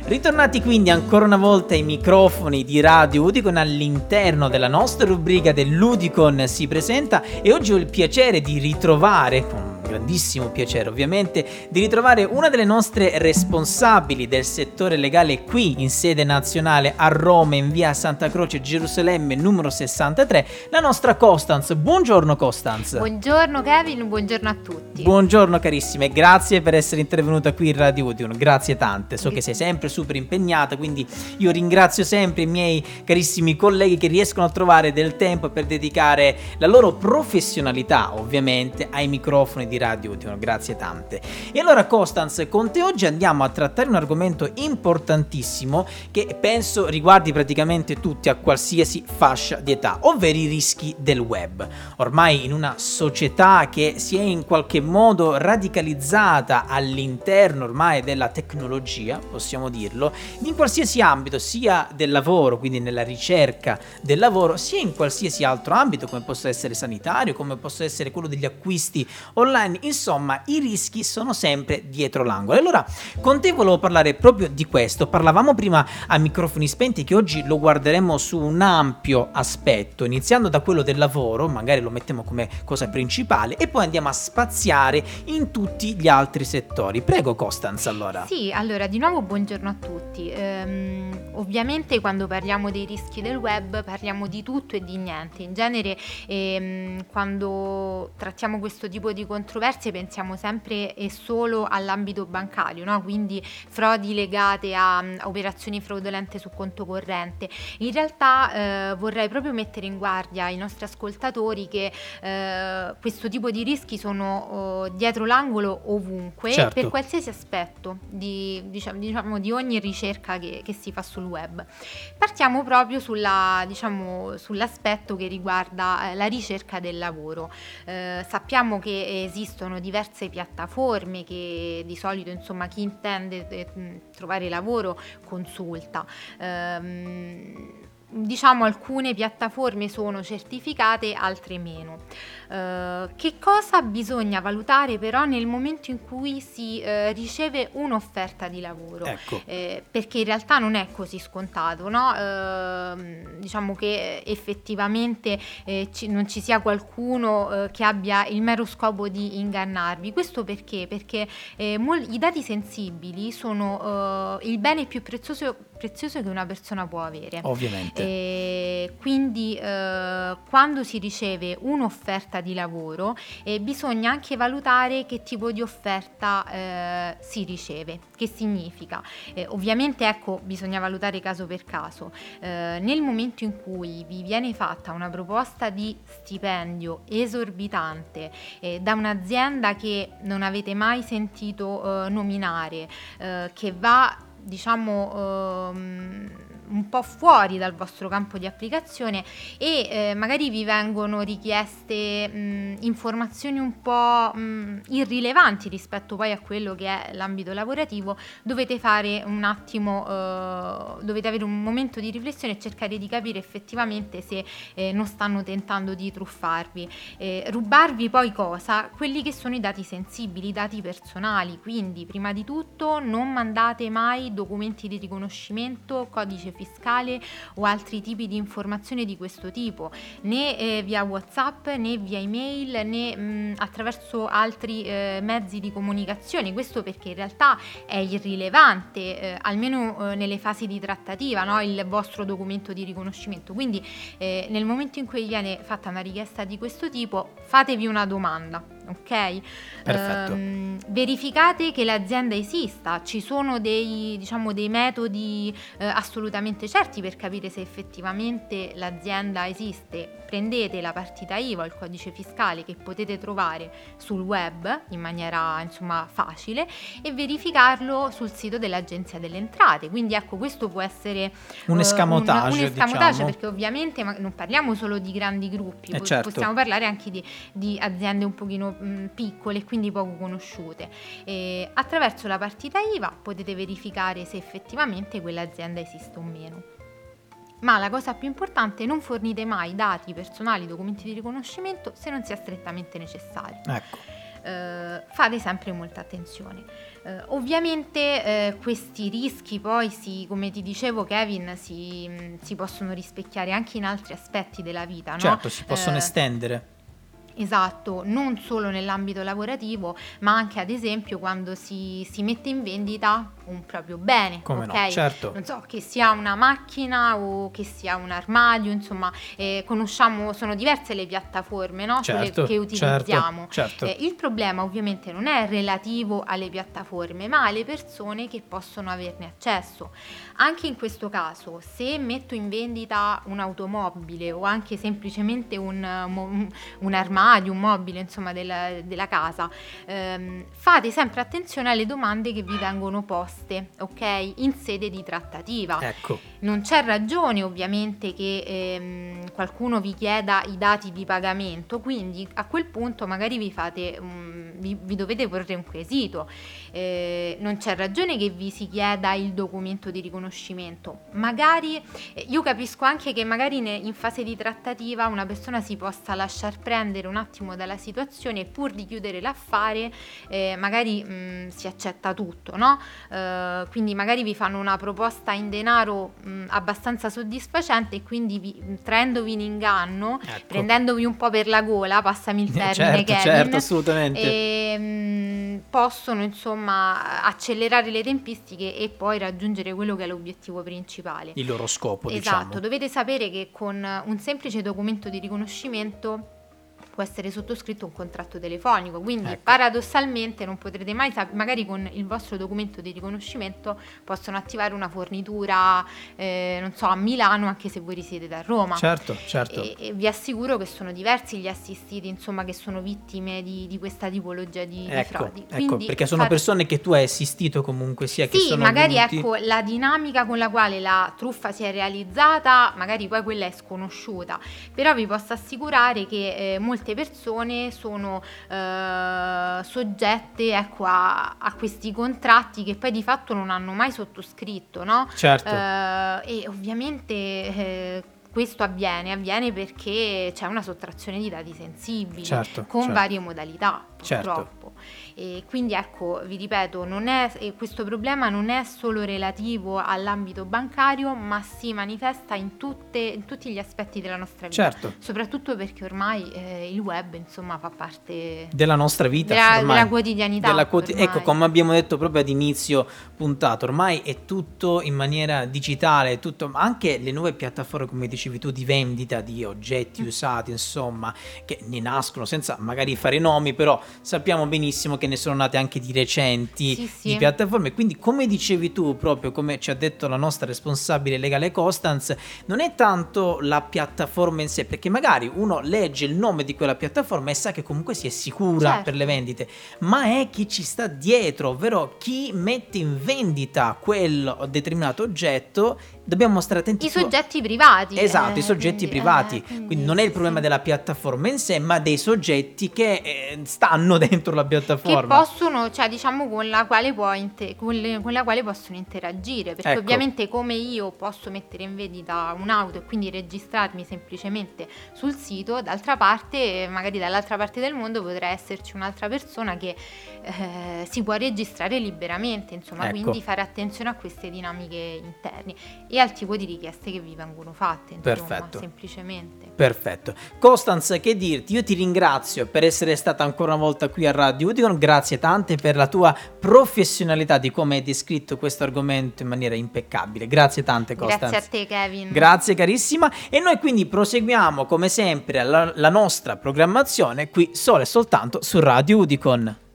Ritornati quindi ancora una volta ai microfoni di Radio Udicon all'interno della nostra rubrica dell'Udicon si presenta, e oggi ho il piacere di ritrovare, con grandissimo piacere ovviamente, di ritrovare una delle nostre responsabili del settore legale qui in sede nazionale a Roma, in via Santa Croce Gerusalemme numero 63, la nostra Costanz. Buongiorno Costanz. Buongiorno Kevin, buongiorno a tutti. Buongiorno carissime, grazie per essere intervenuta qui in Radio Udicon, grazie tante, so che sei sempre super impegnata, quindi io ringrazio sempre i miei carissimi colleghi che riescono a trovare del tempo per dedicare la loro professionalità ovviamente ai microfoni di Radio Udicon, grazie tante. E allora Costanz, con te oggi andiamo a trattare un argomento importantissimo che penso riguardi praticamente tutti a qualsiasi fascia di età, ovvero i rischi del web. Ormai in una società che si è in qualche modo radicalizzata all'interno ormai della tecnologia, possiamo dirlo, in qualsiasi ambito, sia del lavoro, quindi nella ricerca del lavoro, sia in qualsiasi altro ambito come possa essere sanitario, come possa essere quello degli acquisti online. Insomma, i rischi sono sempre dietro l'angolo. E allora con te volevo parlare proprio di questo. Parlavamo prima a microfoni spenti che oggi lo guarderemo su un ampio aspetto, iniziando da quello del lavoro, magari lo mettiamo come cosa principale, e poi andiamo a spaziare in tutti gli altri settori. Prego Costanz, allora. Sì, allora di nuovo buongiorno a tutti. Ovviamente quando parliamo dei rischi del web parliamo di tutto e di niente. In genere quando trattiamo questo tipo di controversie pensiamo sempre e solo all'ambito bancario, no? Quindi frodi legate a operazioni fraudolente su conto corrente. In realtà vorrei proprio mettere in guardia i nostri ascoltatori che questo tipo di rischi sono dietro l'angolo ovunque, certo, per qualsiasi aspetto diciamo di ogni ricerca che si fa sul web. Partiamo proprio sull'aspetto che riguarda la ricerca del lavoro. Sappiamo che esistono diverse piattaforme che di solito, insomma, chi intende trovare lavoro consulta. Diciamo alcune piattaforme sono certificate, altre meno. Che cosa bisogna valutare però nel momento in cui si riceve un'offerta di lavoro? Ecco. Perché in realtà non è così scontato, no? Diciamo che effettivamente non ci sia qualcuno che abbia il mero scopo di ingannarvi. Questo perché? Perché i dati sensibili sono il bene più prezioso che una persona può avere. Ovviamente. Quindi quando si riceve un'offerta di lavoro bisogna anche valutare che tipo di offerta si riceve, che significa. Ovviamente ecco, bisogna valutare caso per caso. Nel momento in cui vi viene fatta una proposta di stipendio esorbitante da un'azienda che non avete mai sentito nominare, che va un po' fuori dal vostro campo di applicazione e magari vi vengono richieste informazioni un po' irrilevanti rispetto poi a quello che è l'ambito lavorativo, dovete fare un attimo, dovete avere un momento di riflessione e cercare di capire effettivamente se non stanno tentando di truffarvi. Rubarvi poi cosa? Quelli che sono i dati sensibili, i dati personali, quindi prima di tutto non mandate mai documenti di riconoscimento, codice fiscale o altri tipi di informazioni di questo tipo, né via WhatsApp, né via email, né attraverso altri mezzi di comunicazione. Questo perché in realtà è irrilevante, almeno nelle fasi di trattativa, no? Il vostro documento di riconoscimento. Quindi nel momento in cui viene fatta una richiesta di questo tipo, fatevi una domanda. Ok? Perfetto. Verificate che l'azienda esista, ci sono dei metodi assolutamente certi per capire se effettivamente l'azienda esiste. Prendete la partita IVA o il codice fiscale che potete trovare sul web in maniera facile e verificarlo sul sito dell'Agenzia delle Entrate. Quindi ecco, questo può essere un escamotage, diciamo. Perché ovviamente non parliamo solo di grandi gruppi, certo, possiamo parlare anche di aziende un pochino piccole e quindi poco conosciute. Attraverso la partita IVA potete verificare se effettivamente quell'azienda esiste o meno. Ma la cosa più importante, non fornite mai dati personali, documenti di riconoscimento se non sia strettamente necessario. Ecco. fate sempre molta attenzione. Ovviamente questi rischi poi come ti dicevo Kevin, si possono rispecchiare anche in altri aspetti della vita, no? Certo, si possono estendere. Esatto, non solo nell'ambito lavorativo, ma anche ad esempio quando si mette in vendita un proprio bene, Come ok? no, certo. Non so, che sia una macchina o che sia un armadio, insomma, conosciamo, sono diverse le piattaforme, no? Certo, Quelle che utilizziamo. certo. Il problema ovviamente non è relativo alle piattaforme, ma alle persone che possono averne accesso. Anche in questo caso, se metto in vendita un'automobile o anche semplicemente un armadio, un mobile, insomma, della casa, fate sempre attenzione alle domande che vi vengono poste, ok? In sede di trattativa. Ecco. Non c'è ragione ovviamente che qualcuno vi chieda i dati di pagamento, quindi a quel punto magari vi dovete porre un quesito. Non c'è ragione che vi si chieda il documento di riconoscimento. Magari io capisco anche che magari in fase di trattativa una persona si possa lasciar prendere un attimo dalla situazione e pur di chiudere l'affare magari si accetta tutto, no? Quindi magari vi fanno una proposta in denaro abbastanza soddisfacente e quindi traendovi in inganno, ecco, prendendovi un po' per la gola, passami il termine, Kevin, certo, assolutamente, possono insomma accelerare le tempistiche e poi raggiungere quello che è l'obiettivo principale, il loro scopo, esatto, diciamo. dovete sapere che con un semplice documento di riconoscimento può essere sottoscritto un contratto telefonico, quindi ecco, paradossalmente non potrete mai magari con il vostro documento di riconoscimento possono attivare una fornitura non so, a Milano anche se voi risiedete a Roma. Certo. E vi assicuro che sono diversi gli assistiti, insomma, che sono vittime di questa tipologia di frodi. Ecco, perché sono persone che tu hai assistito comunque sia, che sì, sono magari venuti... ecco, la dinamica con la quale la truffa si è realizzata, magari poi quella è sconosciuta, però vi posso assicurare che molte persone sono soggette, ecco, a questi contratti che poi di fatto non hanno mai sottoscritto, no? Certo. E ovviamente questo avviene perché c'è una sottrazione di dati sensibili, con varie modalità, purtroppo. E quindi ecco, vi ripeto, questo problema non è solo relativo all'ambito bancario, ma si manifesta in tutti gli aspetti della nostra vita, soprattutto perché ormai il web, insomma, fa parte della nostra vita, della quotidianità. Ecco, come abbiamo detto proprio ad inizio puntata, ormai è tutto in maniera digitale, tutto, anche le nuove piattaforme, come dicevi tu, di vendita di oggetti usati, insomma, che ne nascono, senza magari fare nomi, però sappiamo benissimo che ne sono nate anche di recenti di piattaforme. Quindi, come dicevi tu, proprio come ci ha detto la nostra responsabile legale Constance, non è tanto la piattaforma in sé, perché magari uno legge il nome di quella piattaforma e sa che comunque si è sicura per le vendite, ma è chi ci sta dietro, ovvero chi mette in vendita quel determinato oggetto. Dobbiamo stare attenti. I soggetti privati. Esatto, i soggetti privati. Quindi non è il problema della piattaforma in sé, ma dei soggetti che stanno dentro la piattaforma. Che possono, cioè diciamo con la quale possono interagire. Perché ovviamente come io posso mettere in vendita un'auto e quindi registrarmi semplicemente sul sito, d'altra parte, magari dall'altra parte del mondo potrà esserci un'altra persona che si può registrare liberamente, insomma, quindi fare attenzione a queste dinamiche interne e al tipo di richieste che vi vengono fatte, insomma, semplicemente. Perfetto. Constance, che dirti? Io ti ringrazio per essere stata ancora una volta qui a Radio Udicon, grazie tante per la tua professionalità di come hai descritto questo argomento in maniera impeccabile. Grazie tante, Constance. Grazie a te, Kevin. Grazie carissima. E noi quindi proseguiamo come sempre la nostra programmazione qui solo e soltanto su Radio Udicon.